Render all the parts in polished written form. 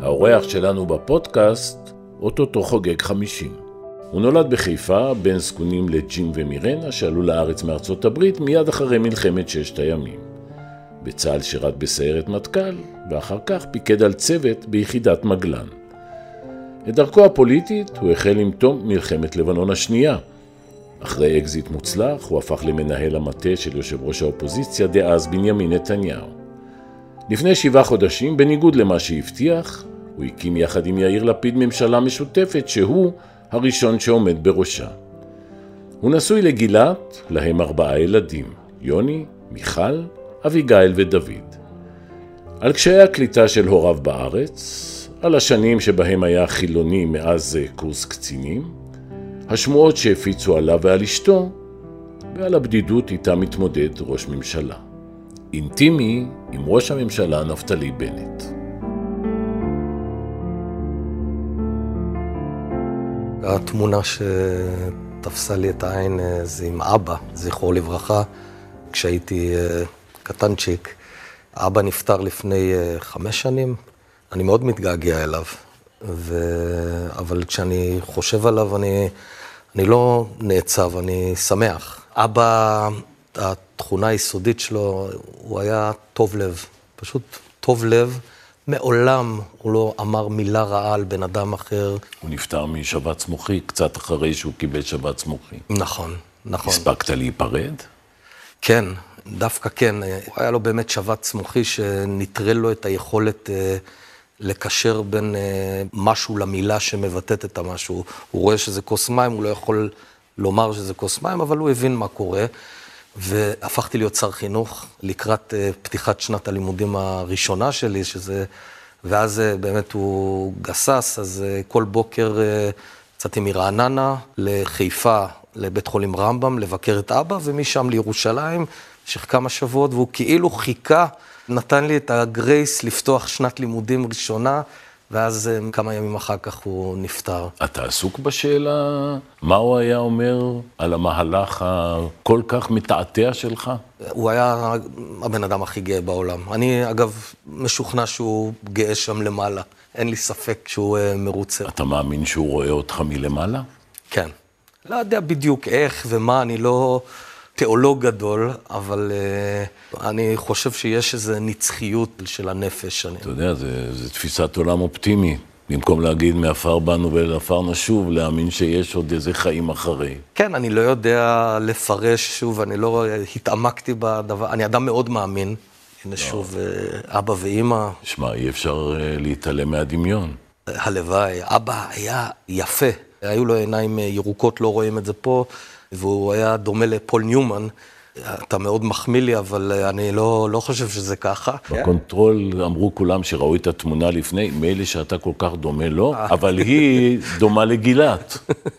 האורח שלנו בפודקאסט, אוטוטו חוגג 50. הוא נולד בחיפה בין זקונים לג'ין ומירנה שעלו לארץ מארצות הברית מיד אחרי מלחמת ששת הימים. בצה"ל שירת בסיירת מטכ"ל, ואחר כך פיקד על צוות ביחידת מגלן. את דרכו הפוליטית הוא החל עם תום מלחמת לבנון השנייה. אחרי אקזיט מוצלח הוא הפך למנהל המטה של יושב ראש האופוזיציה דאז בנימין נתניהו. לפני 7 חודשים, בניגוד למה שהבטיח, הוא הקים יחד עם יאיר לפיד ממשלה משותפת שהוא הראשון שעומד בראשה. הוא נשוי לגילת, להם 4 ילדים, יוני, מיכל, אביגיל ודוד. על קשיי הקליטה של הוריו בארץ, על השנים שבהם היה חילוני מאז קורס קצינים, השמועות שהפיצו עליו ועל אשתו, ועל הבדידות איתה מתמודד ראש ממשלה. אינטימי עם ראש הממשלה נפתלי בנט. התמונה שתפסה לי את העין זה עם אבא, זכרו לברכה. כשהייתי קטנצ'יק, אבא נפטר לפני 5 שנים. אני מאוד מתגעגע אליו, אבל כשאני חושב עליו אני לא נעצב, אני שמח. אבא, התכונה היסודית שלו, הוא היה טוב לב, פשוט טוב לב. מעולם הוא לא אמר מילה רעה על בן אדם אחר. הוא נפטר משבץ מוחי, קצת אחרי שהוא קיבל שבץ מוחי. נכון, נכון. הספקת להיפרד? כן, דווקא כן. הוא היה לו באמת שבץ מוחי שנטרל לו את היכולת לקשר בין משהו למילה שמבטאת את המשהו. הוא רואה שזה כוס מים, הוא לא יכול לומר שזה כוס מים, אבל הוא הבין מה קורה. והפכתי להיות שר חינוך לקראת פתיחת שנת הלימודים הראשונה שלי, ואז באמת הוא גסס, אז כל בוקר יצאתי מרעננה לחיפה, לבית חולים רמב"ם, לבקר את אבא, ומשם לירושלים, במשך כמה שבועות, והוא כאילו חיכה, נתן לי את הגרייס לפתוח שנת לימודים ראשונה, ואז כמה ימים אחר כך הוא נפטר. אתה עסוק בשאלה מה הוא היה אומר על המהלך הכל כך מתעתע שלך? הוא היה הבן אדם הכי גאה בעולם. אני אגב משוכנע שהוא גאה שם למעלה. אין לי ספק שהוא מרוצה. אתה מאמין שהוא רואה אותך מלמעלה? כן. לא יודע בדיוק איך ומה, אני לא תיאולוג גדול, אבל אני חושב שיש איזו נצחיות של הנפש. אתה יודע, זה תפיסת עולם אופטימי. במקום להגיד מעפר באנו ולעפר נשוב, להאמין שיש עוד איזה חיים אחרי. כן, אני לא יודע לפרש שוב, אני לא התעמקתי בדבר, אני אדם מאוד מאמין. הנה שוב, אבא ואמא. שמע, אי אפשר להתעלם מהדמיון. הלוואי, אבא היה יפה. היו לו עיניים ירוקות, לא רואים את זה פה, והוא היה דומה לפול ניומן. אתה מאוד מחמיא לי, אבל אני לא חושב שזה ככה. בקונטרול אמרו כולם שראו את התמונה לפני, מילא שאתה כל כך דומה לו, אבל היא דומה לגילת.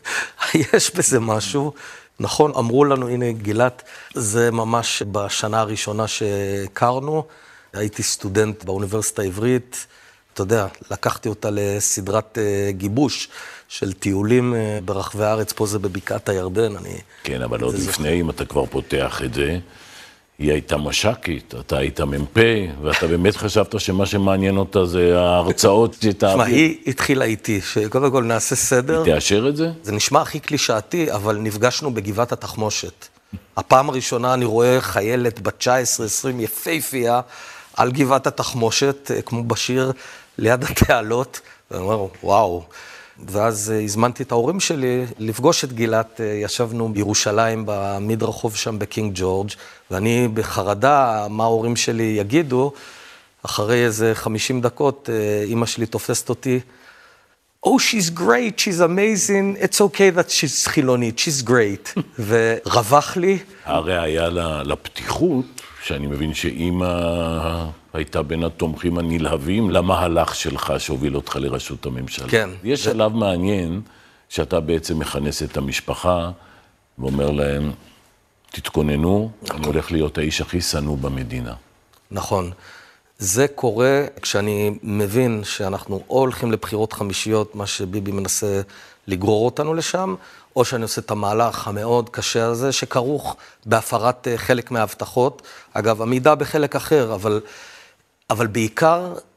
יש בזה משהו. נכון, אמרו לנו, הנה גילת, זה ממש בשנה הראשונה שהכרנו. הייתי סטודנט באוניברסיטה העברית, אתה יודע, לקחתי אותה לסדרת גיבוש של טיולים ברחבי הארץ, פה זה בבקעת הירדן. כן, אבל עוד לפני, אם אתה כבר פותח את זה, היא הייתה מש"קית, אתה היית מ"פ, ואתה באמת חשבת שמה שמעניין אותה זה ההרצאות שאתה... תשמע, היא התחילה איתי, שקודם כל נעשה סדר. היא תאשר את זה? זה נשמע הכי קלישאתי, אבל נפגשנו בגבעת התחמושת. הפעם הראשונה אני רואה חיילת בת 19-20 יפהפייה על גבעת התחמושת, כמו בשיר ליד התעלות, ואני אומר, וואו. ואז הזמנתי את ההורים שלי לפגוש את גילת, ישבנו בירושלים במדרחוב שם בקינג ג'ורג', ואני בחרדה מה ההורים שלי יגידו, אחרי איזה 50 דקות אמא שלי תופסת אותי, Oh, she's great, she's amazing, it's okay that she's חילונית, she's great. ורווח לי. הרי היה לפתיחות, שאני מבין שאמא הייתה בין התומכים הנלהבים למהלך שלך שהוביל אותך לראשות הממשלה. כן. יש שלב מעניין שאתה בעצם מכנס את המשפחה ואומר להם, תתכוננו, אני הולך להיות האיש הכי שנוא במדינה. נכון. זה קורה כשאני מבין שאנחנו או הולכים לבחירות חמישיות, מה שביבי מנסה לגרור אותנו לשם, או שאני עושה את המהלך המאוד קשה הזה, שכרוך בהפרת חלק מההבטחות. אגב, עמידה בחלק אחר, אבל בעיקר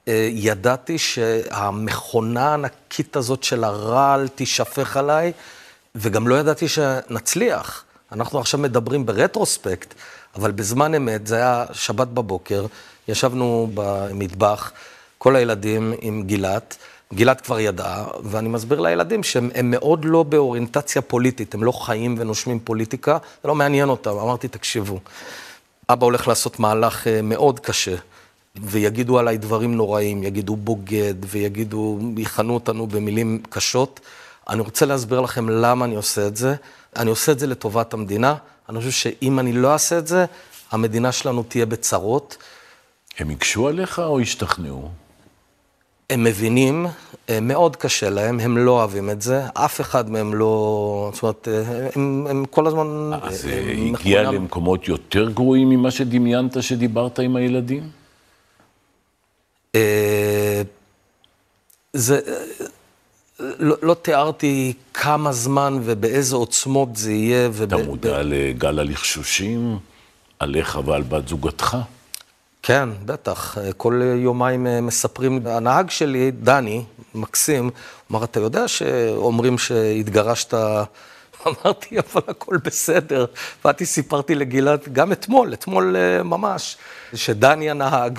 ידעתי שהמכונה הענקית הזאת של הרעל תשפך עליי, וגם לא ידעתי שנצליח. אנחנו עכשיו מדברים ברטרוספקט, אבל בזמן אמת, זה היה שבת בבוקר, ישבנו במטבח, כל הילדים עם גילת, גילת כבר ידעה, ואני מסביר לילדים שהם מאוד לא באוריינטציה פוליטית, הם לא חיים ונושמים פוליטיקה, זה לא מעניין אותם. אמרתי, תקשיבו, אבא הולך לעשות מהלך מאוד קשה, ויגידו עליי דברים נוראים, יגידו בוגד, יכנו אותנו במילים קשות. אני רוצה להסביר לכם למה אני עושה את זה. אני עושה את זה לטובת המדינה. אני חושב שאם אני לא אעשה את זה, המדינה שלנו תהיה בצרות. הם יקשו עליך או ישתכנעו? הם מבינים, מאוד קשה להם, הם לא אוהבים את זה. אף אחד מהם לא... זאת אומרת, הם כל הזמן... אז זה הגיע למקומות יותר גרועים ממה שדמיינת שדיברת עם הילדים? זה... לא תיארתי כמה זמן ובאיזה עוצמות זה יהיה. אתה מודע לגל הלחשושים עליך ועל בת זוגתך? כן, בטח. כל יומיים מספרים. הנהג שלי, דני, מקסים, אמר, אתה יודע שאומרים שהתגרשת? אמרתי, אבל הכל בסדר. ואתי סיפרתי לגילת, גם אתמול ממש, שדני הנהג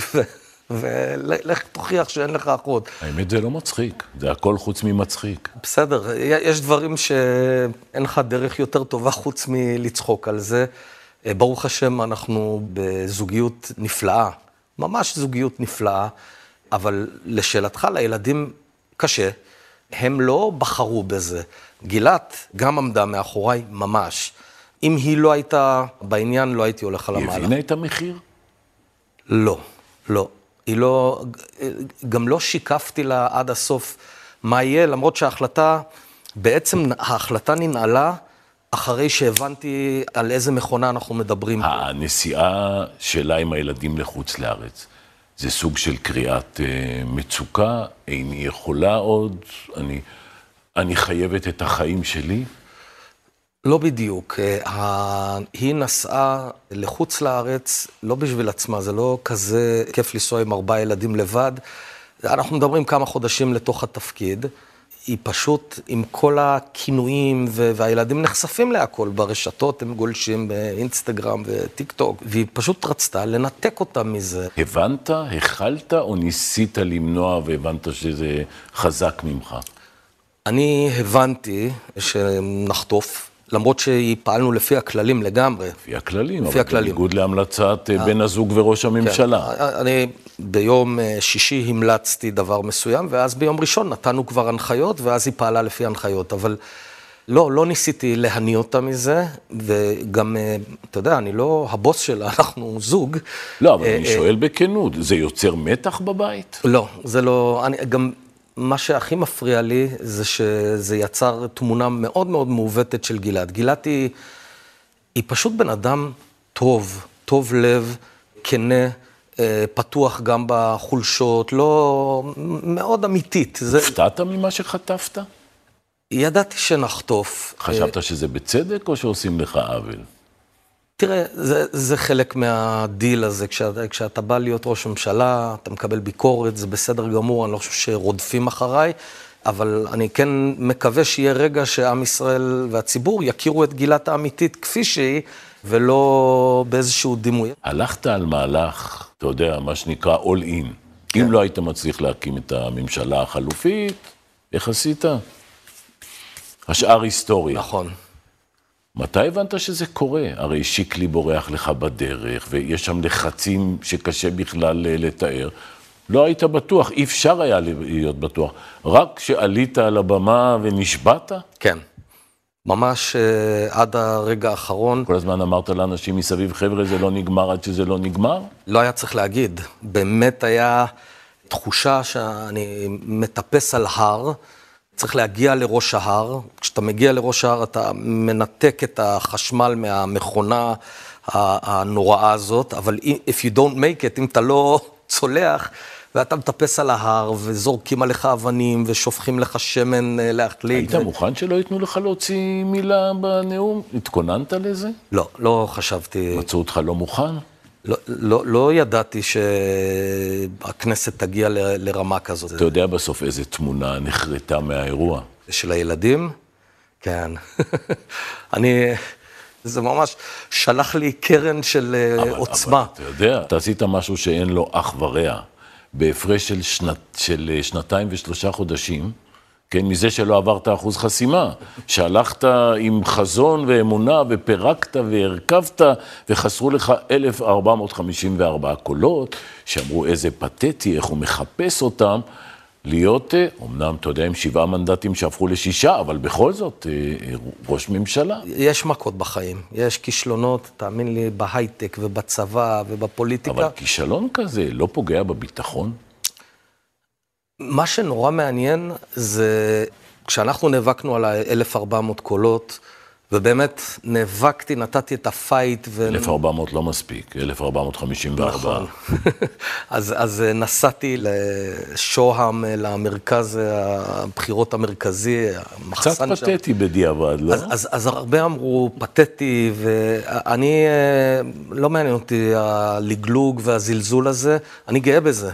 ולך תוכיח שאין לך אחות. האמת זה לא מצחיק, זה הכל חוץ ממצחיק. בסדר, יש דברים שאין לך דרך יותר טובה חוץ מלצחוק על זה. ברוך השם, אנחנו בזוגיות נפלאה, ממש זוגיות נפלאה, אבל לשאלתך, לילדים קשה, הם לא בחרו בזה. גילת גם עמדה מאחוריי ממש. אם היא לא הייתה בעניין, לא הייתי הולך על המהלך. היא הבינה את המחיר? לא, לא. היא לא, גם לא שיקפתי לה עד הסוף מה יהיה, למרות שההחלטה, בעצם ההחלטה ננעלה אחרי שהבנתי על איזה מכונה אנחנו מדברים. הנסיעה שלה עם הילדים לחוץ לארץ, זה סוג של קריאת מצוקה, איני יכולה עוד, אני חייבת את החיים שלי? לא בדיוק. היא נסעה לחוץ לארץ, לא בשביל עצמה, זה לא כזה כיף לנסוע עם 4 ילדים לבד. אנחנו מדברים כמה חודשים לתוך התפקיד. היא פשוט עם כל הכינויים, והילדים נחשפים להכל ברשתות, הם גולשים באינסטגרם וטיק טוק, והיא פשוט רצתה לנתק אותם מזה. הבנת, החלת או ניסית למנוע והבנת שזה חזק ממך? אני הבנתי שנחטוף, למרות שפעלנו לפי הכללים לגמרי. לפי הכללים, אבל בניגוד להמלצת בן הזוג וראש הממשלה. כן, אני ביום שישי המלצתי דבר מסוים, ואז ביום ראשון נתנו כבר הנחיות, ואז היא פעלה לפי הנחיות. אבל לא ניסיתי להניע אותה מזה, וגם, אתה יודע, אני לא הבוס שלה, אנחנו זוג. לא, אבל אני שואל בכנות, זה יוצר מתח בבית? לא, זה לא, גם... מה שהכי מפריע לי זה שזה יצר תמונה מאוד מאוד מעוותת של גילת. גילת היא פשוט בן אדם טוב לב, כנה, פתוח גם בחולשות, לא מאוד אמיתית. הופתעת ממה שחטפת? ידעתי שנחטוף. חשבת שזה בצדק או שעושים לך עוול? תראה, זה חלק מהדיל הזה, כשאתה בא להיות ראש ממשלה, אתה מקבל ביקורת, זה בסדר גמור, אני לא חושב שרודפים אחריי, אבל אני כן מקווה שיהיה רגע שעם ישראל והציבור יכירו את גילת האמיתית כפי שהיא, ולא באיזשהו דימוי. הלכת על מהלך, אתה יודע, מה שנקרא all in. כן. אם לא היית מצליח להקים את הממשלה החלופית, איך עשית? השאר היסטוריה. נכון. מתי הבנת שזה קורה? הרי שיקלי בורח לך בדרך, ויש שם לחצים שקשה בכלל לתאר. לא היית בטוח, אי אפשר היה להיות בטוח. רק כשעלית על הבמה ונשבעת? כן. ממש עד הרגע האחרון. כל הזמן אמרת לאנשים מסביב, חבר'ה, זה לא נגמר עד שזה לא נגמר? לא היה צריך להגיד. באמת היה תחושה שאני מטפס על הר, צריך להגיע לראש ההר. כשאתה מגיע לראש ההר, אתה מנתק את החשמל מהמכונה הנוראה הזאת, אבל if you don't make it, אם אתה לא צולח, ואתה מטפס על ההר, וזורקים עליך אבנים, ושופכים לך שמן להחליק. היית מוכן שלא ייתנו לך להוציא מילה בנאום? התכוננת לזה? לא, לא חשבתי. מצאו אותך לא מוכן? לא ידעתי שהכנסת תגיע לרמה כזאת. אתה יודע בסוף איזה תמונה נחרטה מהאירוע? של הילדים? כן. זה ממש שלח לי קרן של עוצמה. אבל אתה יודע, אתה עשית משהו שאין לו אח ורע. בהפרש של 2 ו3 חודשים, כן, מזה שלא עברת אחוז חסימה, שהלכת עם חזון ואמונה ופירקת והרכבת, וחסרו לך 1,454 קולות, שאמרו איזה פתטי, איך הוא מחפש אותם, להיות, אמנם אתה יודע, עם 7 מנדטים שהפכו ל6, אבל בכל זאת, ראש ממשלה. יש מכות בחיים, יש כישלונות, תאמין לי, בהייטק ובצבא ובפוליטיקה. אבל כישלון כזה לא פוגע בביטחון? מה שנורא מעניין זה, כשאנחנו נאבקנו על 1,400 קולות, ובאמת נאבקתי, נתתי את הפייט. 1,400 לא מספיק, 1,454. נכון. אז נסעתי לשוהם, למרכז הבחירות המרכזי, קצת פתטי בדיעבד, לא? אז הרבה אמרו פתטי, ואני, לא מעניין אותי הלגלוג והזלזול הזה, אני גאה בזה.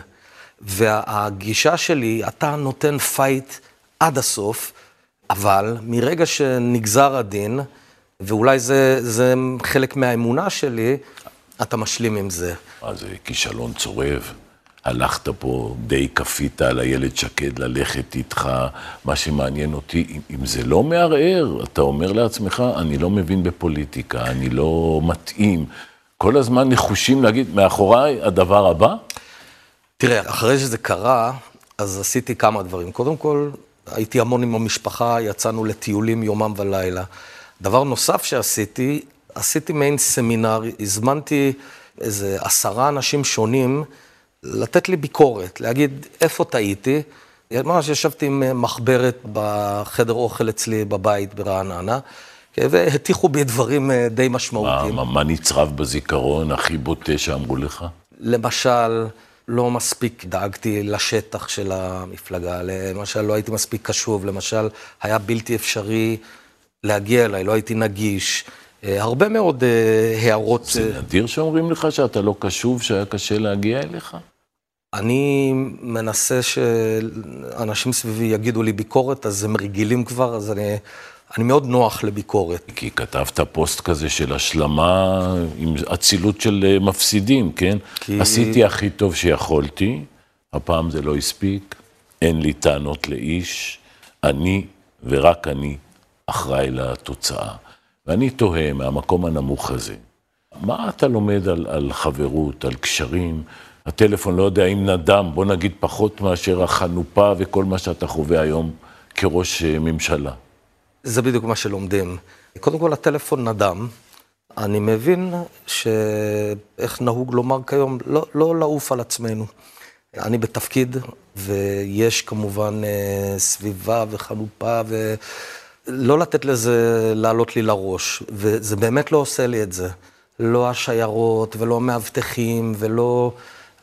והגישה שלי, אתה נותן פייט עד הסוף, אבל מרגע שנגזר הדין, ואולי זה חלק מהאמונה שלי, אתה משלים עם זה. זה כישלון צורב. הלכת פה, די כפית על הילד שקד ללכת איתך. מה שמעניין אותי, אם זה לא מערער, אתה אומר לעצמך, אני לא מבין בפוליטיקה, אני לא מתאים. כל הזמן נחושים להגיד, מאחוריי הדבר הבא? תראה, אחרי שזה קרה, אז עשיתי כמה דברים. קודם כל, הייתי המון עם המשפחה, יצאנו לטיולים יומם ולילה. דבר נוסף שעשיתי, עשיתי מעין סמינר, הזמנתי איזה 10 אנשים שונים, לתת לי ביקורת, להגיד איפה טעיתי. ממש ישבתי עם מחברת בחדר אוכל אצלי בבית ברעננה, והטיחו בי דברים די משמעותיים. מה נצרב בזיכרון הכי בוטה שאמרו לך? למשל, לא מספיק דאגתי לשטח של המפלגה, למשל לא הייתי מספיק קשוב, למשל היה בלתי אפשרי להגיע אליי, לא הייתי נגיש, הרבה מאוד הערות. זה נדיר שאומרים לך שאתה לא קשוב, שהיה קשה להגיע אליך? אני מנסה שאנשים סביבי יגידו לי ביקורת, אז הם רגילים כבר, אז אני מאוד נוח לביקורת. כי כתבת פוסט כזה של השלמה עם אצילות של מפסידים, כן? עשיתי הכי טוב שיכולתי, הפעם זה לא הספיק, אין לי טענות לאיש, אני ורק אני אחראי לתוצאה. ואני תוהה מהמקום הנמוך הזה, מה אתה לומד על חברות, על קשרים? הטלפון לא יודע אם נדם, בוא נגיד פחות מאשר החנופה וכל מה שאתה חווה היום כראש ממשלה. זה בדיוק מה שלומדים. קודם כל, הטלפון נדם. אני מבין שאיך נהוג לומר כיום, לא לעוף על עצמנו. אני בתפקיד, ויש כמובן סביבה וחנופה, ולא לתת לזה לעלות לי לראש. וזה באמת לא עושה לי את זה. לא השיירות, ולא מאבטחים, ולא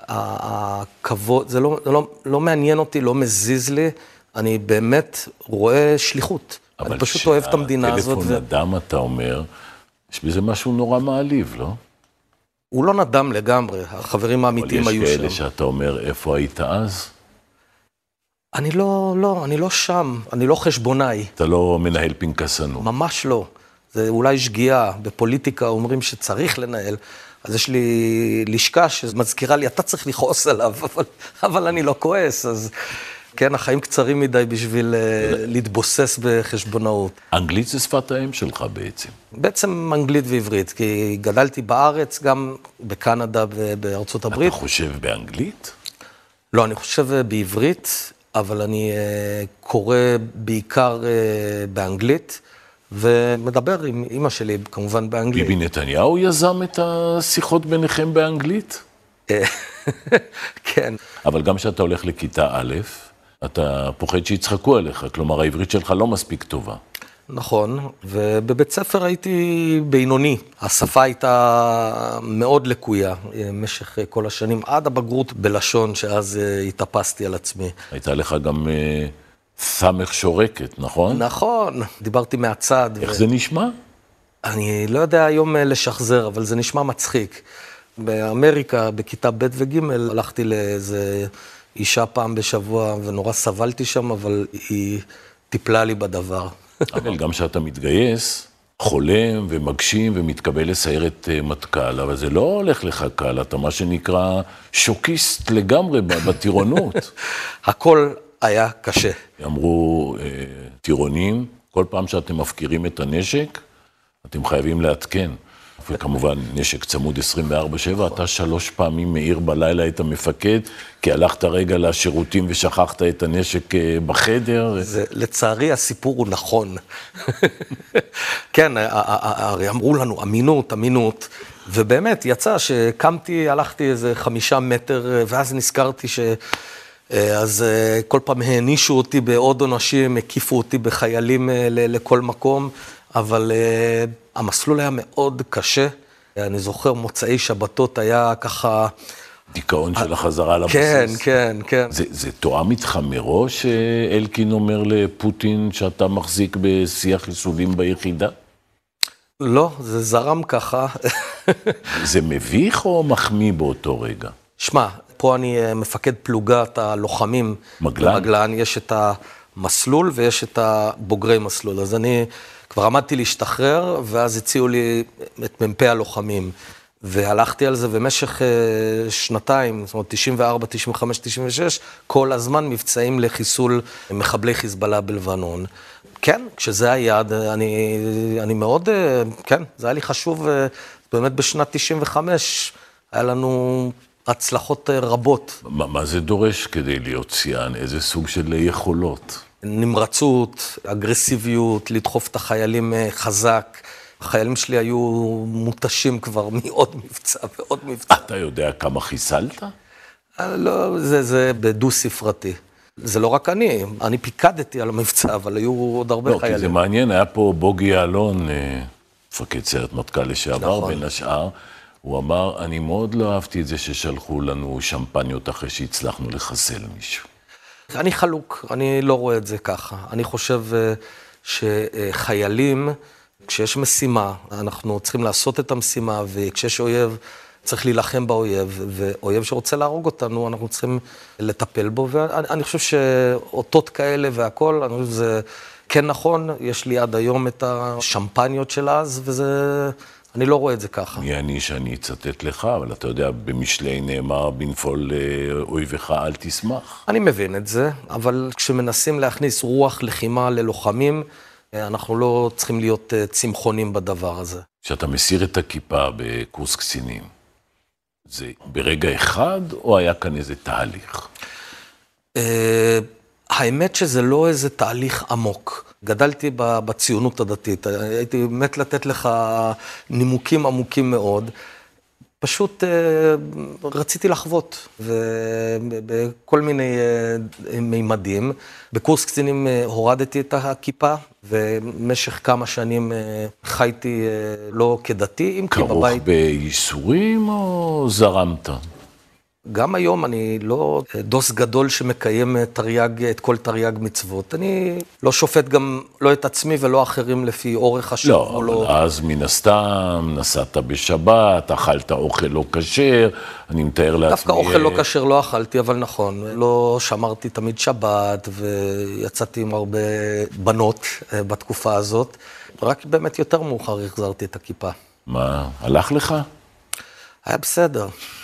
הכבוד. זה לא מעניין אותי, לא מזיז לי. אני באמת רואה שליחות. אני פשוט אוהב את המדינה הזאת. אבל כשהטלפון נדם, אתה אומר, יש בזה משהו נורא מעליב, לא? הוא לא נדם לגמרי, החברים האמיתיים היו שם. יש כאלה שאתה אומר, איפה היית אז? אני לא שם, אני לא חשבונאי. אתה לא מנהל פנקסנות. ממש לא. זה אולי שגיאה, בפוליטיקה אומרים שצריך לנהל, אז יש לי לשכה שמזכירה לי, אתה צריך לכעוס עליו, אבל אני לא כועס, אז... כן, החיים קצרים מדי בשביל להתבוסס בחשבונאות. אנגלית זה שפת האם שלך בעצם? בעצם אנגלית ועברית, כי גדלתי בארץ, גם בקנדה ובארצות הברית. אתה חושב באנגלית? לא, אני חושב בעברית, אבל אני קורא בעיקר באנגלית, ומדבר עם אמא שלי כמובן באנגלית. ביבי נתניהו יזם את השיחות ביניכם באנגלית? כן. אבל גם כשאתה הולך לכיתה א', אתה פוחד שיצחקו עליך, כלומר העברית שלך לא מספיק טובה. נכון, ובבית ספר הייתי בינוני. השפה הייתה מאוד לקויה במשך כל השנים, עד הבגרות בלשון, שאז התאפסתי על עצמי. הייתה לך גם סמך שורקת, נכון? נכון, דיברתי מהצד. איך זה נשמע? אני לא יודע היום לשחזר, אבל זה נשמע מצחיק. באמריקה, בכיתה ב' וג', הלכתי לאיזה אישה פעם בשבוע, ונורא סבלתי שם, אבל היא טיפלה לי בדבר. אבל גם שאתה מתגייס, חולם ומגשים ומתקבל לסיירת מטכ"ל, אבל זה לא הולך לך קל, אתה מה שנקרא שוקיסט לגמרי בטירונות. הכל היה קשה. אמרו טירונים, כל פעם שאתם מפקירים את הנשק, אתם חייבים לעדכן. וכמובן, נשק צמוד 24/7, אתה 3 פעמים מאיר בלילה את המפקד, כי הלכת רגע לשירותים ושכחת את הנשק בחדר. לצערי, הסיפור הוא נכון. כן, הרי אמרו לנו, אמינות, ובאמת, יצא שקמתי, הלכתי איזה 5 מטר, ואז נזכרתי אז כל פעם הענישו אותי בעוד עונשים, הקיפו אותי בחיילים לכל מקום, אבל המסלול היה מאוד קשה. אני זוכר, מוצאי שבתות היה ככה... דיכאון של החזרה לבסיס. כן. זה תואם איתך מראש, אלקין אומר לפוטין שאתה מחזיק בשיח חיסולים ביחידה? לא, זה זרם ככה. זה מביך או מחמיא באותו רגע? שמע, פה אני מפקד פלוגת הלוחמים. במגלן יש את המסלול ויש את הבוגרי מסלול. אז אני כבר עמדתי להשתחרר, ואז הציעו לי את מ"פ הלוחמים. והלכתי על זה במשך 2 זאת אומרת 94, 95, 96, כל הזמן מבצעים לחיסול מחבלי חיזבאללה בלבנון. כן, כשזה היעד, אני מאוד, כן, זה היה לי חשוב, באמת בשנת 95, היה לנו הצלחות רבות. מה זה דורש כדי להיות שיאן? איזה סוג של יכולות? נמרצות, אגרסיביות, לדחוף את החיילים חזק. החיילים שלי היו מותשים כבר מעוד מבצע ועוד מבצע. אתה יודע כמה חיסלת? לא, זה בדו ספרתי. זה לא רק אני פיקדתי על המבצע, אבל היו עוד הרבה חיילים. לא, כי זה מעניין, היה פה בוגי יעלון, מפקד סיירת מטכ"ל לשעבר, בין השאר, הוא אמר, אני מאוד לא אהבתי את זה ששלחו לנו שמפניות אחרי שהצלחנו לחסל מישהו. אני חלוק, אני לא רואה את זה ככה. אני חושב שחיילים, כשיש משימה, אנחנו צריכים לעשות את המשימה, וכשיש אויב, צריך להילחם באויב, ואויב שרוצה להרוג אותנו, אנחנו צריכים לטפל בו, ואני חושב שאותות כאלה והכל, אני חושב שזה כן נכון, יש לי עד היום את השמפניות של אז, וזה, אני לא רואה את זה ככה. אני שאני אצטט לך, אבל אתה יודע, במשלי נאמר, בנפול אויבך אל תשמח. אני מבין את זה, אבל כשמנסים להכניס רוח לחימה ללוחמים, אנחנו לא צריכים להיות צמחונים בדבר הזה. כשאתה מסיר את הכיפה בקורס קצינים, זה ברגע אחד או היה כאן איזה תהליך? האמת שזה לא איזה תהליך עמוק. גדלתי בציונות הדתית, הייתי מת לתת לך נימוקים עמוקים מאוד. פשוט רציתי לחוות, ובכל מיני מימדים. בקורס קצינים הורדתי את הכיפה, ובמשך כמה שנים חייתי לא כדתי, אם כי בבית... כרוך בייסורים או זרמת? גם היום אני לא דוס גדול שמקיים את כל תרי"ג מצוות. אני לא שופט גם לא את עצמי ולא אחרים לפי אורך השם. לא, אבל אז מן הסתם נסעת בשבת, אכלת אוכל לא כשר, אני מתאר לעצמי... דווקא אוכל לא כשר לא אכלתי, אבל נכון, לא שמרתי תמיד שבת, ויצאתי עם הרבה בנות בתקופה הזאת. רק באמת יותר מאוחר החזרתי את הכיפה. מה, הלך לך? היה בסדר.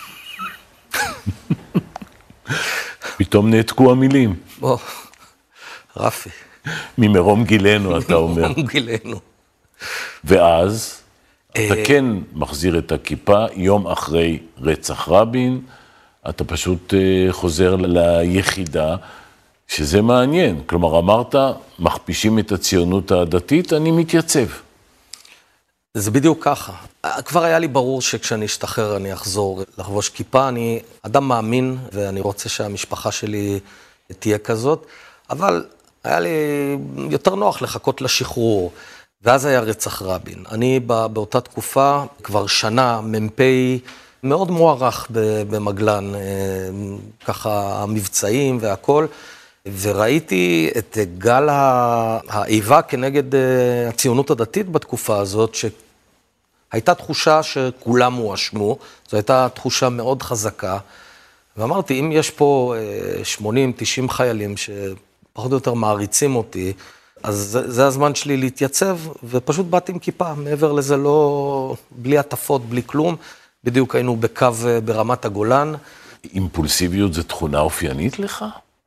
פתאום נעתקו המילים. בוא, רפי. ממרום גילנו, אתה אומר. ממרום גילנו. ואז, אתה כן מחזיר את הכיפה, יום אחרי רצח רבין, אתה פשוט חוזר ליחידה, שזה מעניין. כלומר, אמרת, מכפישים את הציונות הדתית, אני מתייצב. זה בדיוק ככה. כבר היה לי ברור שכשאני אשתחרר אני אחזור לחבוש כיפה. אני אדם מאמין ואני רוצה שהמשפחה שלי תהיה כזאת, אבל היה לי יותר נוח לחכות לשחרור. ואז היה רצח רבין. אני באותה תקופה, כבר שנה, מ"פ מאוד מוערך במגלן, ככה המבצעים והכל, וראיתי את גל האיבה כנגד הציונות הדתית בתקופה הזאת, הייתה תחושה שכולם הואשמו, זו הייתה תחושה מאוד חזקה, ואמרתי, אם יש פה 80-90 חיילים שפחות או יותר מעריצים אותי, אז זה הזמן שלי להתייצב, ופשוט באתי עם כיפה, מעבר לזה לא, בלי עטפות, בלי כלום, בדיוק היינו בקו ברמת הגולן. אימפולסיביות זה תכונה אופיינית לך?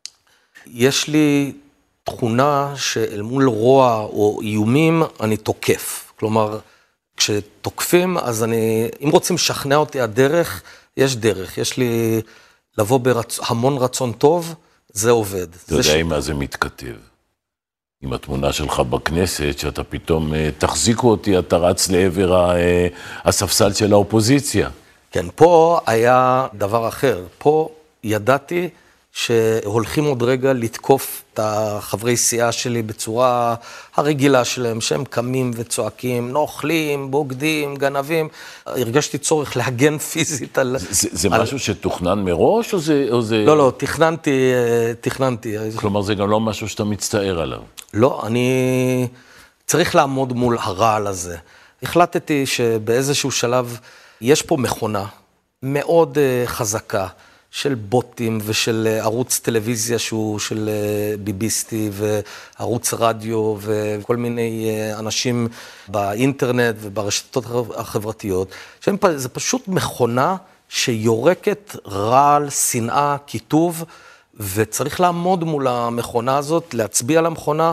יש לי תכונה שאל מול רוע או איומים, אני תוקף. כלומר, כשתוקפים, אז אם רוצים לשכנע אותי הדרך, יש דרך. יש לי לבוא בהמון רצון טוב, זה עובד. אתה יודע עם מה זה מתכתב? עם התמונה שלך בכנסת, שאתה פתאום תחזיקו אותי, אתה רץ לעבר הספסל של האופוזיציה. כן, פה היה דבר אחר. פה ידעתי שהולכים עוד רגע לתקוף את החברי סיעה שלי בצורה הרגילה שלהם, שהם קמים וצועקים, נוכלים, בוגדים, גנבים. הרגשתי צורך להגן פיזית על... זה משהו שתוכנן מראש או זה... לא, תכננתי. כלומר, זה גם לא משהו שאתה מצטער עליו. לא, אני צריך לעמוד מול הרעל הזה. החלטתי שבאיזשהו שלב יש פה מכונה מאוד חזקה, של בוטים ושל ערוץ טלוויזיה שהוא של ביביסטי וערוץ רדיו וכל מיני אנשים באינטרנט וברשתות החברתיות, זה פשוט מכונה שיורקת רעל, שנאה, כיתוב, וצריך לעמוד מול המכונה הזאת, להצביע על המכונה,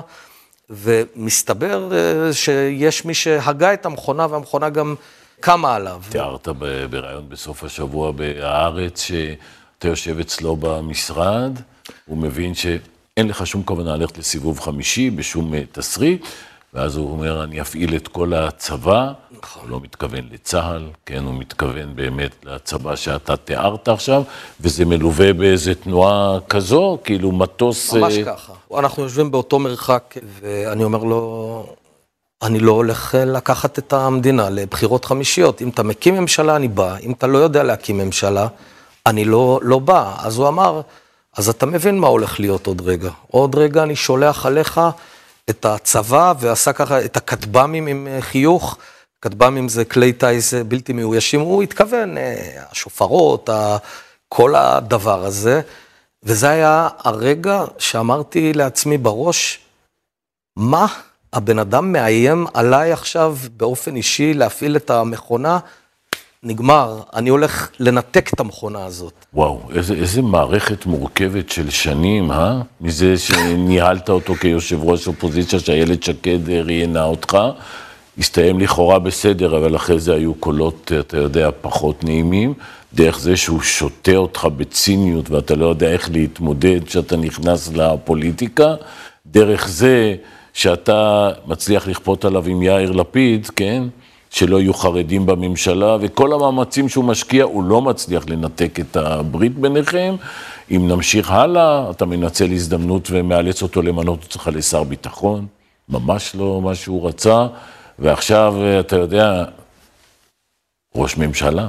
ומסתבר שיש מי שהגה את המכונה, והמכונה גם קמה עליו. תיארת ברעיון בסוף השבוע בהארץ שאתה יושב אצלו במשרד, הוא מבין שאין לך שום כוונה ללכת לסיבוב חמישי בשום תסריט, ואז הוא אומר, אני אפעיל את כל הצבא, הוא לא מתכוון לצהל, כן, הוא מתכוון באמת לצבא שאתה תיארת עכשיו, וזה מלווה באיזו תנועה כזו, כאילו מטוס... ממש ככה. אנחנו יושבים באותו מרחק, ואני אומר לו, אני לא הולך לקחת את המדינה לבחירות חמישיות. אם אתה מקים ממשלה, אני בא. אם אתה לא יודע להקים ממשלה, אני לא בא. אז הוא אמר, אז אתה מבין מה הולך להיות עוד רגע. עוד רגע אני שולח עליך את הצבא, ועשה ככה את הכטב"מים עם חיוך. כטב"מים זה כלי טיס בלתי מאוישים. הוא התכוון, השופרות, כל הדבר הזה. וזה היה הרגע שאמרתי לעצמי בראש, מה הבן אדם מאיים עליי עכשיו באופן אישי להפעיל את המכונה? נגמר, אני הולך לנתק את המכונה הזאת. וואו, איזה מערכת מורכבת של שנים, מזה שניהלת אותו כיושב ראש אופוזיציה, שהילד שקד ראיינה אותך, הסתיים לכאורה בסדר, אבל אחרי זה היו קולות, אתה יודע, פחות נעימים, דרך זה שהוא שותה אותך בציניות, ואתה לא יודע איך להתמודד כשאתה נכנס לפוליטיקה, דרך זה שאתה מצליח לכפות עליו עם יאיר לפיד, כן? שלא יהיו חרדים בממשלה, וכל המאמצים שהוא משקיע, הוא לא מצליח לנתק את הברית ביניכם. אם נמשיך הלאה, אתה מנצל הזדמנות ומאלץ אותו למנות אותך לשר ביטחון, ממש לא מה שהוא רצה, ועכשיו אתה יודע, ראש ממשלה.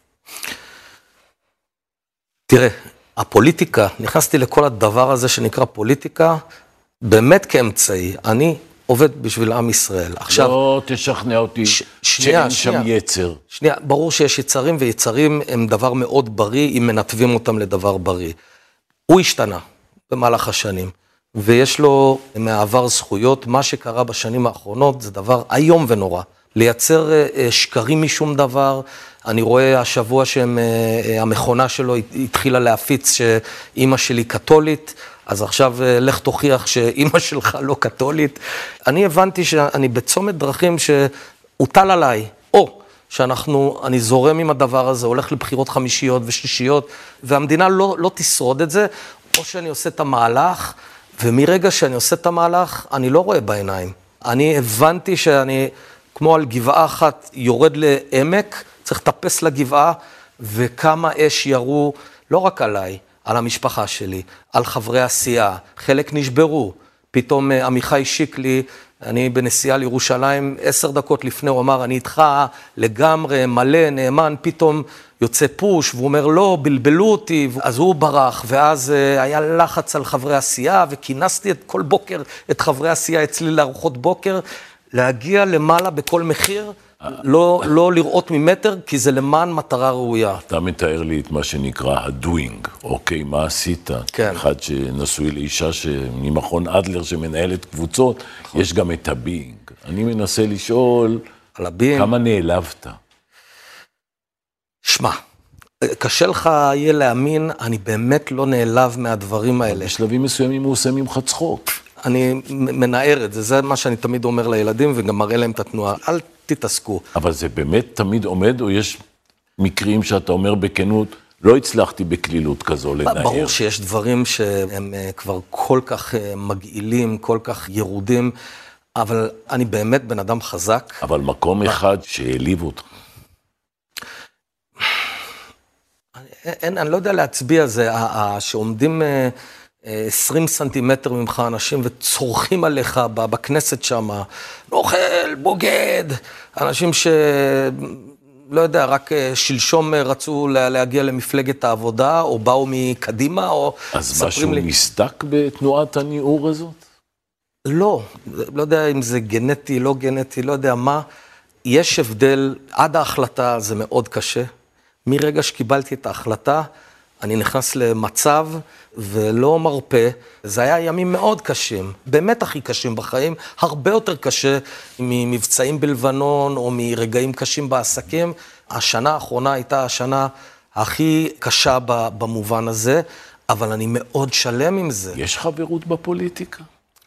תראה, הפוליטיקה, נכנסתי לכל הדבר הזה שנקרא פוליטיקה, באמת כאמצעי, אני עובד בשביל עם ישראל. עכשיו, לא תשכנע אותי שאין שם יצר. שנייה, ברור שיש יצרים, ויצרים הם דבר מאוד בריא, אם מנתבים אותם לדבר בריא. הוא השתנה במהלך השנים, ויש לו מעבר זכויות. מה שקרה בשנים האחרונות זה דבר איום ונורא. לייצר שקרים משום דבר. אני רואה השבוע שהמכונה שלו התחילה להפיץ שאמא שלי קתולית, אז עכשיו לך תוכיח שאמא שלך לא קתולית. אני הבנתי שאני בצומת דרכים שהוטל עליי, או שאני זורם עם הדבר הזה, הולך לבחירות חמישיות ושישיות, והמדינה לא תשרוד את זה, או שאני עושה את המהלך, ומרגע שאני עושה את המהלך, אני לא רואה בעיניים. אני הבנתי שאני, כמו על גבעה אחת, יורד לעמק, צריך לטפס לגבעה, וכמה אש ירו, לא רק עליי, על המשפחה שלי, על חברי הסיעה, חלק נשברו. פתאום עמיחי שיקלי, אני בנסיעה לירושלים, 10 דקות לפני, הוא אמר, אני איתך לגמרי, מלא, נאמן, פתאום יוצא פוש, והוא אומר, לא, בלבלו אותי, אז הוא ברח, ואז היה לחץ על חברי הסיעה, וכינסתי את כל בוקר את חברי הסיעה אצלי לארוחות בוקר, להגיע למעלה בכל מחיר, לא לראות ממטר, כי זה למען מטרה ראויה. אתה מתאר לי את מה שנקרא הדוינג, אוקיי, מה עשית? כן. אחד שנשוי לאישה ממכון אדלר שמנהלת קבוצות, יש גם את הביינג. אני מנסה לשאול, על הביינג. כמה נעלבת? שמע, קשה לך יהיה להאמין, אני באמת לא נעלב מהדברים האלה. בשלבים מסוימים הוא עושה ממך צחוק. אני מנער את זה, זה מה שאני תמיד אומר לילדים, וגם מראה להם את התנועה. אל תתעסקו. אבל זה באמת תמיד עומד, או יש מקרים שאתה אומר בכנות, לא הצלחתי בכלילות כזו לנער? ברור שיש דברים שהם כבר כל כך מגעילים, כל כך ירודים, אבל אני באמת בן אדם חזק. אבל מקום אחד שהעליב אותך. אני לא יודע להצביע זה, שעומדים 20 סנטימטר ממך אנשים וצורכים עליך בכנסת שם, נוכל, בוגד, אנשים לא יודע, רק שלשום רצו להגיע למפלגת העבודה, או באו מקדימה, או אז משהו מסתק בתנועת הניעור הזאת? לא יודע אם זה גנטי, לא גנטי, לא יודע מה. יש הבדל, עד ההחלטה זה מאוד קשה. מרגע שקיבלתי את ההחלטה, אני נכנס למצב ולא מרפא. זה היה ימים מאוד קשים, באמת הכי קשים בחיים, הרבה יותר קשה ממבצעים בלבנון או מרגעים קשים בעסקים. השנה האחרונה הייתה השנה הכי קשה במובן הזה, אבל אני מאוד שלם עם זה. יש חברות בפוליטיקה?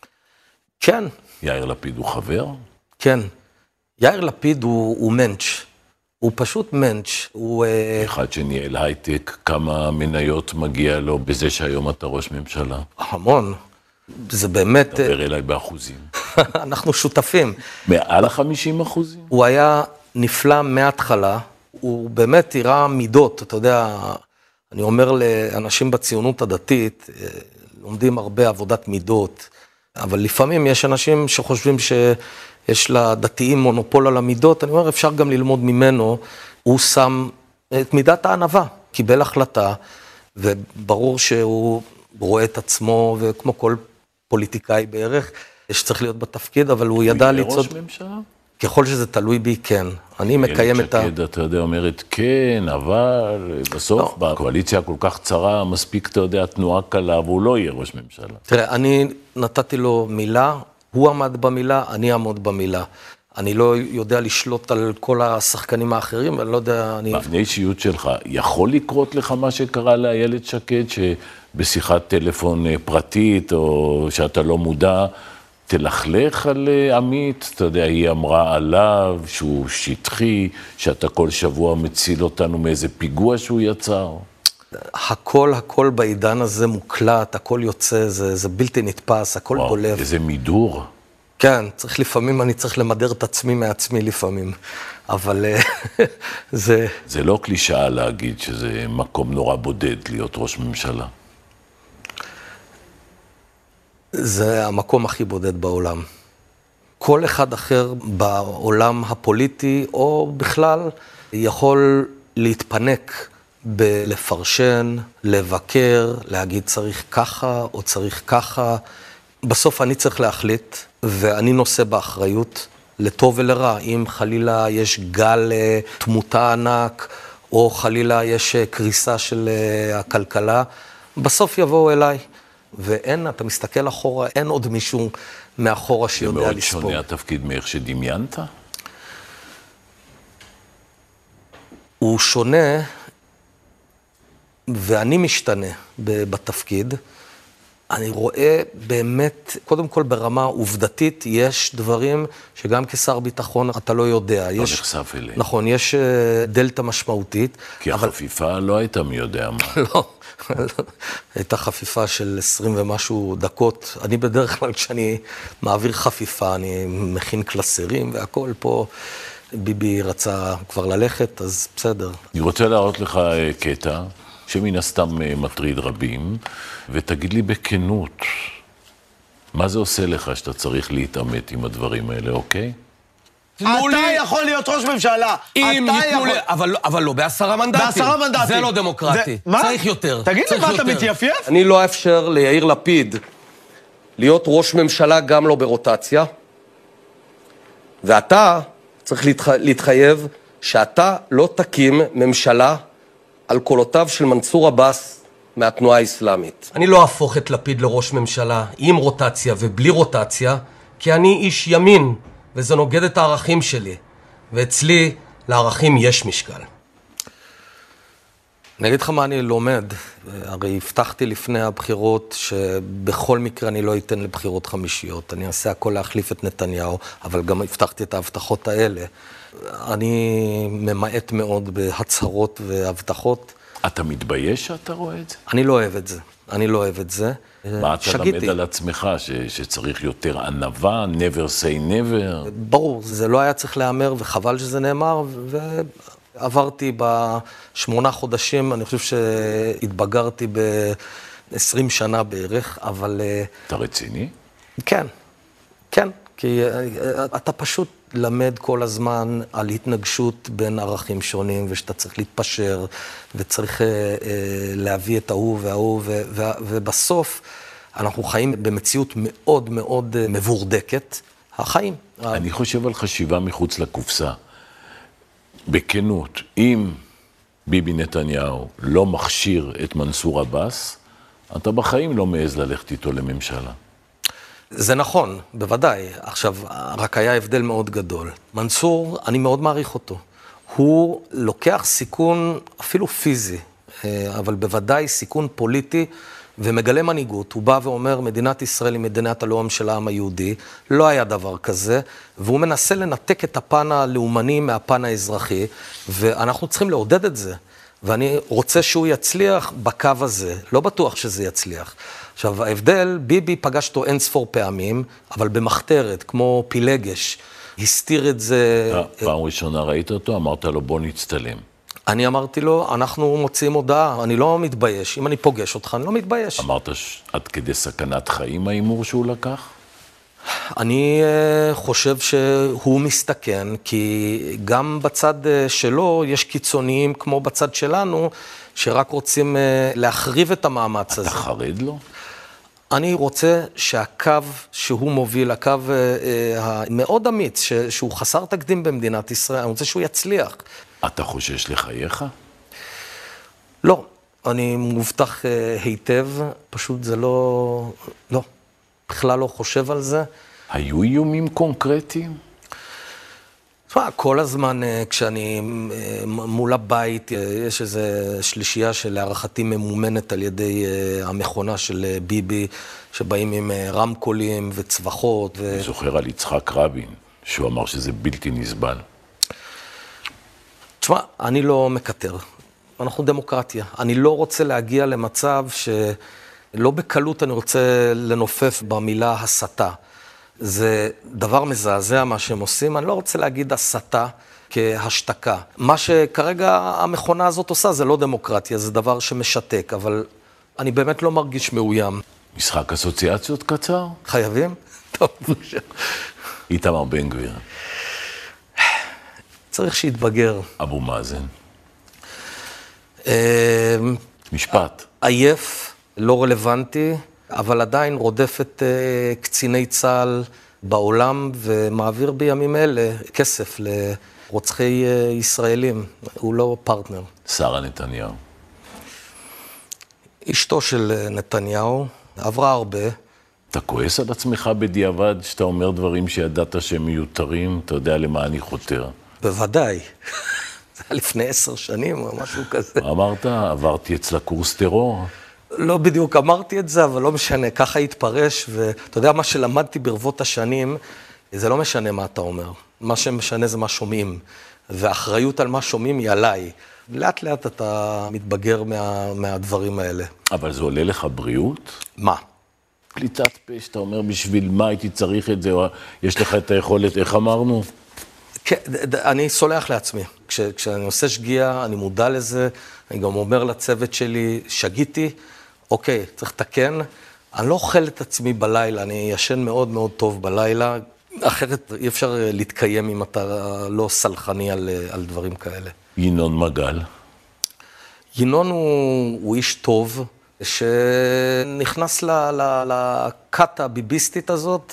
כן. יאיר לפיד הוא חבר? כן. יאיר לפיד הוא מנץ'. הוא פשוט מנץ', הוא... אחד שניהל הייטק, כמה מניות מגיע לו בזה שהיום אתה ראש ממשלה? המון. זה באמת... דבר אליי באחוזים. אנחנו שותפים. מעל 50%? הוא היה נפלא מההתחלה, הוא באמת הראה מידות, אתה יודע, אני אומר לאנשים בציונות הדתית, לומדים הרבה עבודת מידות, אבל לפעמים יש אנשים שחושבים יש לדתיים מונופול על המידות, אני אומר, אפשר גם ללמוד ממנו, הוא שם את מידת הענווה, קיבל החלטה, וברור שהוא רואה את עצמו, וכמו כל פוליטיקאי בערך, שצריך להיות בתפקיד, אבל הוא ידע לצעוד... ראש ממשלה? ככל שזה תלוי בי, כן. אני מקיים את ה... שקד, אתה יודע, אומרת, כן, אבל בסוף, בקואליציה כל כך צרה, מספיק, אתה יודע, תנועה קלה, והוא לא יהיה ראש ממשלה. תראה, אני נתתי לו מילה, הוא עמד במילה, אני אעמוד במילה. אני לא יודע לשלוט על כל השחקנים האחרים, אני לא יודע... בפני אישיות שלך, יכול לקרות לך מה שקרה לאיילת שקד, שבשיחת טלפון פרטית, או שאתה לא מודע, תלכלך על עמית, אתה יודע, היא אמרה עליו שהוא שטחי, שאתה כל שבוע מציל אותנו מאיזה פיגוע שהוא יצר. הכל בעידן הזה מוקלט, הכל יוצא, זה בלתי נתפס, הכל דולב. איזה מידור. כן, לפעמים אני צריך למדר את עצמי מעצמי לפעמים, אבל זה... זה לא קלישאה להגיד שזה מקום נורא בודד להיות ראש ממשלה. זה המקום הכי בודד בעולם. כל אחד אחר בעולם הפוליטי, או בכלל, יכול להתפנק בלפרשן, לבקר, להגיד צריך ככה או צריך ככה. בסוף אני צריך להחליט, ואני נושא באחריות לטוב ולרע. אם חלילה יש גל תמותה ענק, או חלילה יש קריסה של הכלכלה, בסוף יבואו אליי. ואין, אתה מסתכל אחורה, אין עוד מישהו מאחורה שיודע לספור. זה מאוד שונה התפקיד מאיך שדמיינת? הוא שונה, ואני משתנה בתפקיד. אני רואה באמת, קודם כל ברמה עובדתית, יש דברים שגם כשר ביטחון אתה לא יודע. לא נחשף אליהם. נכון, יש דלטה משמעותית. כי החפיפה לא הייתה מי יודע מה. לא. הייתה חפיפה של 20 ומשהו דקות. אני בדרך כלל כשאני מעביר חפיפה, אני מכין קלסרים והכל פה. ביבי רצה כבר ללכת, אז בסדר. אני רוצה להראות לך קטע שמן הסתם מטריד רבים, ותגיד לי בכנות, מה זה עושה לך שאתה צריך להתעמת עם הדברים האלה, אוקיי? אתה יכול להיות ראש ממשלה. אבל לא, ב10 מנדטים. ב10 מנדטים. זה לא דמוקרטי. צריך יותר. תגיד לי, מה אתה מתייפייף? אני לא אפשר ליאיר לפיד להיות ראש ממשלה גם לא ברוטציה, ואתה צריך להתחייב שאתה לא תקים ממשלה על קולותיו של מנסור עבאס מהתנועה האסלאמית. אני לא אהפוך את לפיד לראש ממשלה עם רוטציה ובלי רוטציה, כי אני איש ימין, וזה נוגד את הערכים שלי. ואצלי, לערכים יש משקל. אני אגיד לך מה אני לומד. הרי הבטחתי לפני הבחירות שבכל מקרה אני לא אתן לבחירות חמישיות. אני אעשה הכל להחליף את נתניהו, אבל גם הבטחתי את ההבטחות האלה. אני ממעט מאוד בהצהרות והבטחות. אתה מתבייש שאתה רואה את זה? אני לא אוהב את זה. אני לא אוהב את זה. מה אתה למד על עצמך? שצריך יותר ענווה, never say never? ברור, זה לא היה צריך להיאמר, וחבל שזה נאמר, ועברתי ב8 חודשים, אני חושב שהתבגרתי ב20 שנה בערך, אבל... אתה רציני? כן, כן, כי אתה פשוט למד כל הזמן על התנגשות בין ערכים שונים, ושאתה צריך להתפשר, וצריך להביא את ההוא וההוא, ובסוף אנחנו חיים במציאות מאוד מאוד מבורדקת, החיים. אני חושב על חשיבה מחוץ לקופסה. בכנות, אם ביבי נתניהו לא מכשיר את מנסור עבאס, אתה בחיים לא מעז ללכת איתו לממשלה. זה נכון, בוודאי. עכשיו, רק היה הבדל מאוד גדול. מנסור, אני מאוד מעריך אותו. הוא לוקח סיכון אפילו פיזי, אבל בוודאי סיכון פוליטי, ומגלה מנהיגות. הוא בא ואומר, מדינת ישראל היא מדינת הלאום של העם היהודי, לא היה דבר כזה, והוא מנסה לנתק את הפן הלאומני מהפן האזרחי, ואנחנו צריכים לעודד את זה. ואני רוצה שהוא יצליח בקו הזה, לא בטוח שזה יצליח. עכשיו, ההבדל, ביבי פגש אותו אין ספור פעמים, אבל במחתרת, כמו פילגש, הסתיר את זה... פעם ראשונה ראית אותו, אמרת לו בוא נצטלם. אני אמרתי לו, אנחנו מוציאים הודעה, אני לא מתבייש, אם אני פוגש אותך, אני לא מתבייש. אמרת עד כדי סכנת חיים האימור שהוא לקח? אני חושב שהוא מסתכן, כי גם בצד שלו יש קיצוניים כמו בצד שלנו, שרק רוצים להחריב את המאמץ הזה. אתה חרד לו? אני רוצה שהקו שהוא מוביל, הקו המאוד אמיץ, שהוא חסר תקדים במדינת ישראל, אני רוצה שהוא יצליח. אתה חושש לחייך? לא, אני מובטח היטב, פשוט זה לא, בכלל לא חושב על זה. היו איומים קונקרטיים? כל הזמן כשאני מול הבית, יש איזו שלישייה שלהערכתי ממומנת על ידי המכונה של ביבי, שבאים עם רמקולים וצווחות. אני זוכר על יצחק רבין, שהוא אמר שזה בלתי נסבל. תשמע, אני לא מקטר. אנחנו דמוקרטיה. אני לא רוצה להגיע למצב שלא בקלות אני רוצה לנופף במילה הסתה. זה דבר מזעזע מה שהם עושים. אני לא רוצה להגיד הסתה כהשתקה. מה שכרגע המכונה הזאת עושה זה לא דמוקרטיה, זה דבר שמשתק, אבל אני באמת לא מרגיש מאוים. משחק אסוציאציות קצר? חייבים? טוב, בבקשה. איתמר בן גביר. צריך שיתבגר. אבו מאזן. משפט. עייף, לא רלוונטי, אבל עדיין רודף את קציני צה"ל בעולם ומעביר בימים אלה כסף לרוצחי ישראלים. הוא לא פרטנר. שרה נתניהו. אשתו של נתניהו עברה הרבה. אתה כועס על עצמך בדיעבד שאתה אומר דברים שידעת שהם מיותרים? אתה יודע למה אני חותר? בוודאי. זה היה לפני 10 שנים או משהו כזה. אמרת, עברתי אצלה קורס טרור. לא בדיוק אמרתי את זה, אבל לא משנה, ככה התפרש, ואתה יודע מה שלמדתי ברבות השנים, זה לא משנה מה אתה אומר. מה שמשנה זה מה שומעים, והאחריות על מה שומעים היא עליי. לאט לאט אתה מתבגר מהדברים האלה. אבל זה עולה לך בריאות? מה? פליטת פה, שאתה אומר בשביל מה הייתי צריך את זה, או יש לך את היכולת, איך אמרנו? כן, אני סולח לעצמי. כשאני עושה שגיאה, אני מודע לזה, אני גם אומר לצוות שלי, שגיתי, אוקיי, צריך לתקן. אני לא אוכל את עצמי בלילה, אני ישן מאוד מאוד טוב בלילה, אחרת אי אפשר להתקיים אם אתה לא סלחני על דברים כאלה. ינון מגל. ינון הוא איש טוב, שנכנס לכת הביביסטית הזאת,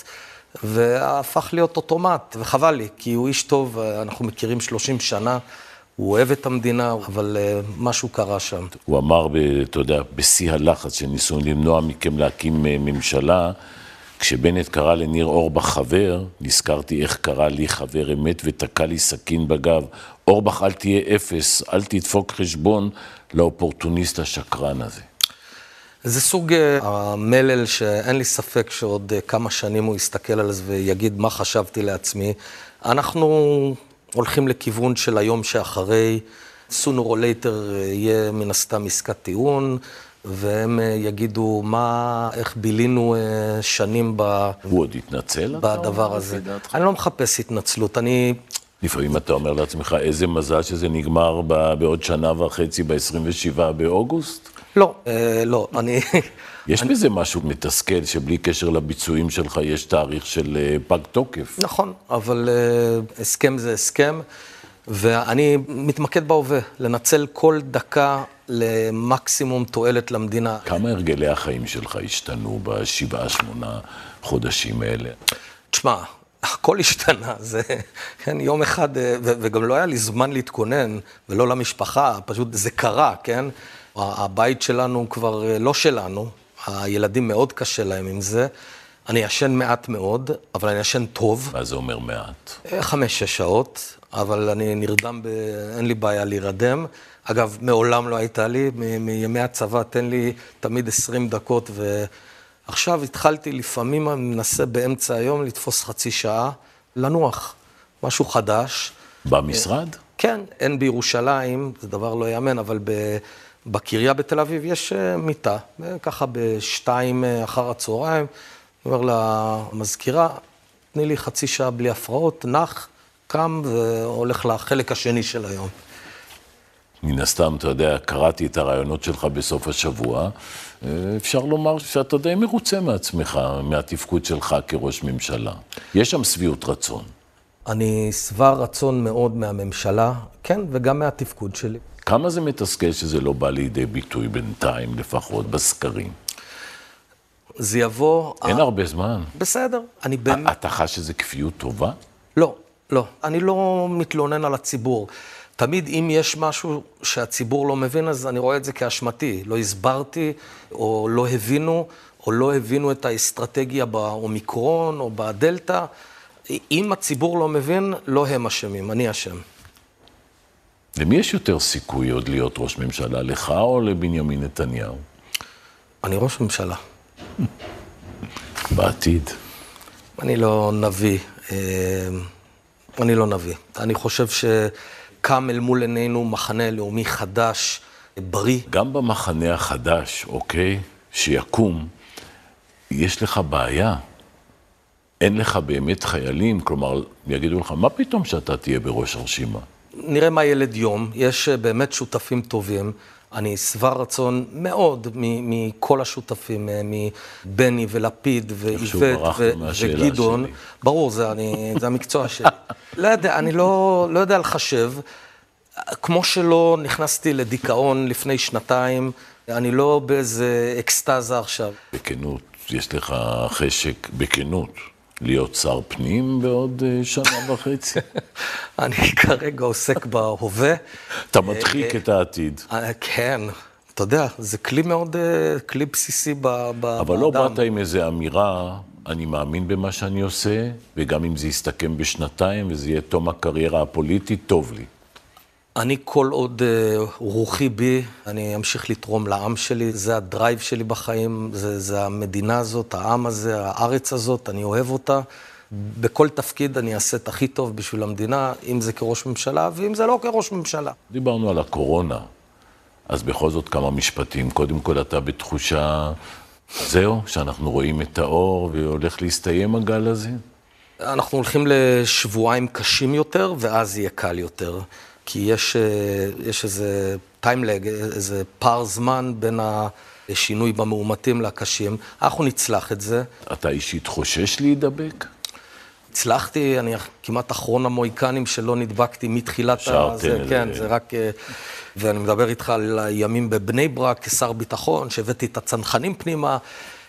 והפך להיות אוטומט, וחבל לי, כי הוא איש טוב, אנחנו מכירים 30 שנה, הוא אוהב את המדינה, אבל משהו קרה שם. הוא אמר, אתה יודע, בשיא הלחץ שניסו למנוע מכם להקים ממשלה, כשבנט קרא לניר אורבך חבר, נזכרתי איך קרא לי חבר אמת ותקע לי סכין בגב. אורבך אל תהיה אפס, אל תדפוק חשבון לאופורטוניסט השקרן הזה. זה סוג המלל שאין לי ספק שעוד כמה שנים הוא יסתכל על זה ויגיד מה חשבתי לעצמי. אנחנו הולכים לכיוון של היום שאחרי, sooner or later יהיה מן הסתם עסקת טיעון, והם יגידו איך בילינו שנים הוא עוד יתנצל? בדבר הזה. אני לא מחפש התנצלות, לפעמים אתה אומר לעצמך, איזה מזל שזה נגמר בעוד שנה וחצי, ב-27 באוגוסט? לא, יש בזה משהו מתסכל, שבלי קשר לביצועים שלך יש תאריך של פג תוקף. נכון, אבל הסכם זה הסכם, ואני מתמקד בהווה, לנצל כל דקה למקסימום תועלת למדינה. כמה הרגלי החיים שלך השתנו ב7-8 חודשים האלה? תשמע, הכל השתנה, זה כן, יום אחד, וגם לא היה לי זמן להתכונן, ולא למשפחה, פשוט זה קרה, כן? הבית שלנו כבר לא שלנו, הילדים מאוד קשה להם עם זה, אני ישן מעט מאוד, אבל אני ישן טוב. מה זה אומר מעט? 5-6 שעות, אבל אני נרדם, אין לי בעיה להירדם. אגב, מעולם לא הייתה לי, מימי הצבא תן לי תמיד 20 דקות, ועכשיו התחלתי לפעמים, אני מנסה באמצע היום לתפוס חצי שעה, לנוח, משהו חדש. במשרד? כן, אין בירושלים, זה דבר לא יאמן, אבל בקריה בתל אביב יש מיטה, ככה ב2 אחר הצהריים, אני אומר למזכירה, תני לי חצי שעה בלי הפרעות, נח, קם והולך לחלק השני של היום. מן הסתם, אתה יודע, קראתי את הרעיונות שלך בסוף השבוע, אפשר לומר שאתה די מרוצה מעצמך, מהתפקוד שלך כראש ממשלה. יש שם שביעות רצון. אני שבע רצון מאוד מהממשלה, כן, וגם מהתפקוד שלי. כמה זה מתסכל שזה לא בא לידי ביטוי בינתיים, לפחות בסקרים? זה יבוא... אין הרבה זמן. בסדר. אתה חש שזה כפיות טובה? לא, לא. אני לא מתלונן על הציבור. תמיד אם יש משהו שהציבור לא מבין, אז אני רואה את זה כאשמתי. לא הסברתי, או לא הבינו את האסטרטגיה באומיקרון או בדלטה. אם הציבור לא מבין, לא הם אשמים, אני אשם. למי יש יותר סיכוי עוד להיות ראש ממשלה, לך או לבנימין נתניהו? אני ראש ממשלה. בעתיד. אני לא נביא. אני חושב שקם אל מול עינינו מחנה לאומי חדש, בריא. גם במחנה החדש, אוקיי, שיקום, יש לך בעיה. אין לך באמת חיילים, כלומר, יגידו לך, מה פתאום שאתה תהיה בראש הרשימה? נראה מה ילד יום, יש באמת שותפים טובים, אני שבע רצון מאוד מכל השותפים, מבני ולפיד ואיבט וגדעון. ברור, זה המקצוע שלי. לא יודע, אני לא יודע לחשב, כמו שלא נכנסתי לדיכאון לפני 2 אני לא באיזה אקסטאזה עכשיו. בכנות, יש לך חשק בכנות. להיות שר פנים בעוד 1.5 שנה? אני כרגע עוסק בהווה. אתה מדחיק את העתיד. כן, אתה יודע, זה כלי בסיסי באדם. אבל לא באת עם איזו אמירה, אני מאמין במה שאני עושה, וגם אם זה יסתכם ב2 וזה יהיה תום הקריירה הפוליטית, טוב לי. אני כל עוד רוחי בי, אני אמשיך לתרום לעם שלי, זה הדרייב שלי בחיים, זה המדינה הזאת, העם הזה, הארץ הזאת, אני אוהב אותה. בכל תפקיד אני אעשה את הכי טוב בשביל המדינה, אם זה כראש ממשלה ואם זה לא כראש ממשלה. דיברנו על הקורונה, אז בכל זאת כמה משפטים. קודם כל אתה בתחושה, זהו, שאנחנו רואים את האור והולך להסתיים הגל הזה? אנחנו הולכים לשבועיים קשים יותר ואז יהיה קל יותר. כי יש איזה טיימלג, איזה פער זמן בין השינוי במאומתים לקשים. אנחנו נצלח את זה. אתה אישית חושש להידבק? הצלחתי, אני כמעט אחרון המויקנים שלא נדבקתי מתחילת הזה. כן, זה רק... ואני מדבר איתך על הימים בבני ברק כשר ביטחון, שהבאתי את הצנחנים פנימה.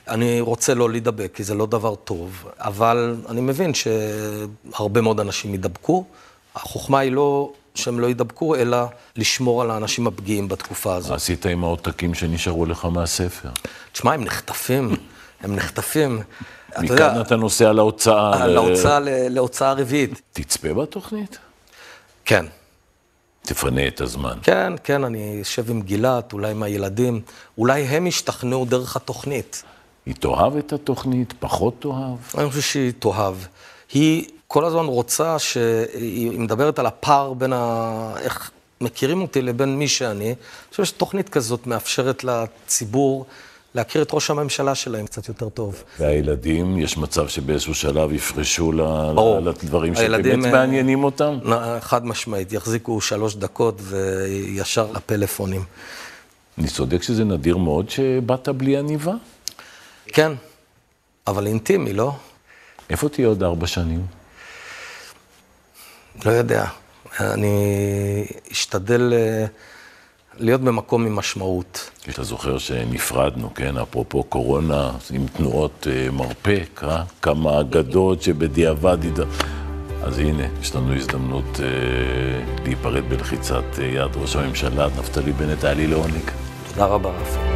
אני רוצה לא להידבק, כי זה לא דבר טוב, אבל אני מבין שהרבה מאוד אנשים ידבקו. החוכמה היא לא שהם לא ידבקו, אלא לשמור על האנשים הפגיעים בתקופה הזאת. מה עשית עם העותקים שנשארו לך מהספר? תשמע, הם נחטפים, הם נחטפים. מכאן אתה נוסע להוצאה... להוצאה רביעית. תצפה בתוכנית? כן. תפנה את הזמן. כן, כן, אני אשב עם גילת, אולי עם הילדים, אולי הם ישתכנעו דרך התוכנית. היא תאהב את התוכנית, פחות תאהב? אני חושב שהיא תאהב. היא כל הזמן רוצה שהיא מדברת על הפער בין איך מכירים אותי לבין מי שאני. אני חושב שתוכנית כזאת מאפשרת לציבור להכיר את ראש הממשלה שלהם קצת יותר טוב. והילדים, יש מצב שבאיזשהו שלב יפרשו לדברים שבאמת מעניינים אותם? חד משמעית, יחזיקו 3 דקות וישר לפלאפונים. אני צודק שזה נדיר מאוד שבאת בלי עניבה? כן, אבל אינטימי, לא? איפה תהיה עוד 4 שנים? לא יודע. אני אשתדל להיות במקום עם משמעות. אתה זוכר שנפרדנו, כן? אפרופו קורונה, עם תנועות מרפק, כמה אגדות שבדיעבד... אז הנה, יש לנו הזדמנות להיפרד בלחיצת יד ראש הממשלה, נפתלי בנט, היה לי לעונג. תודה רבה, רפי.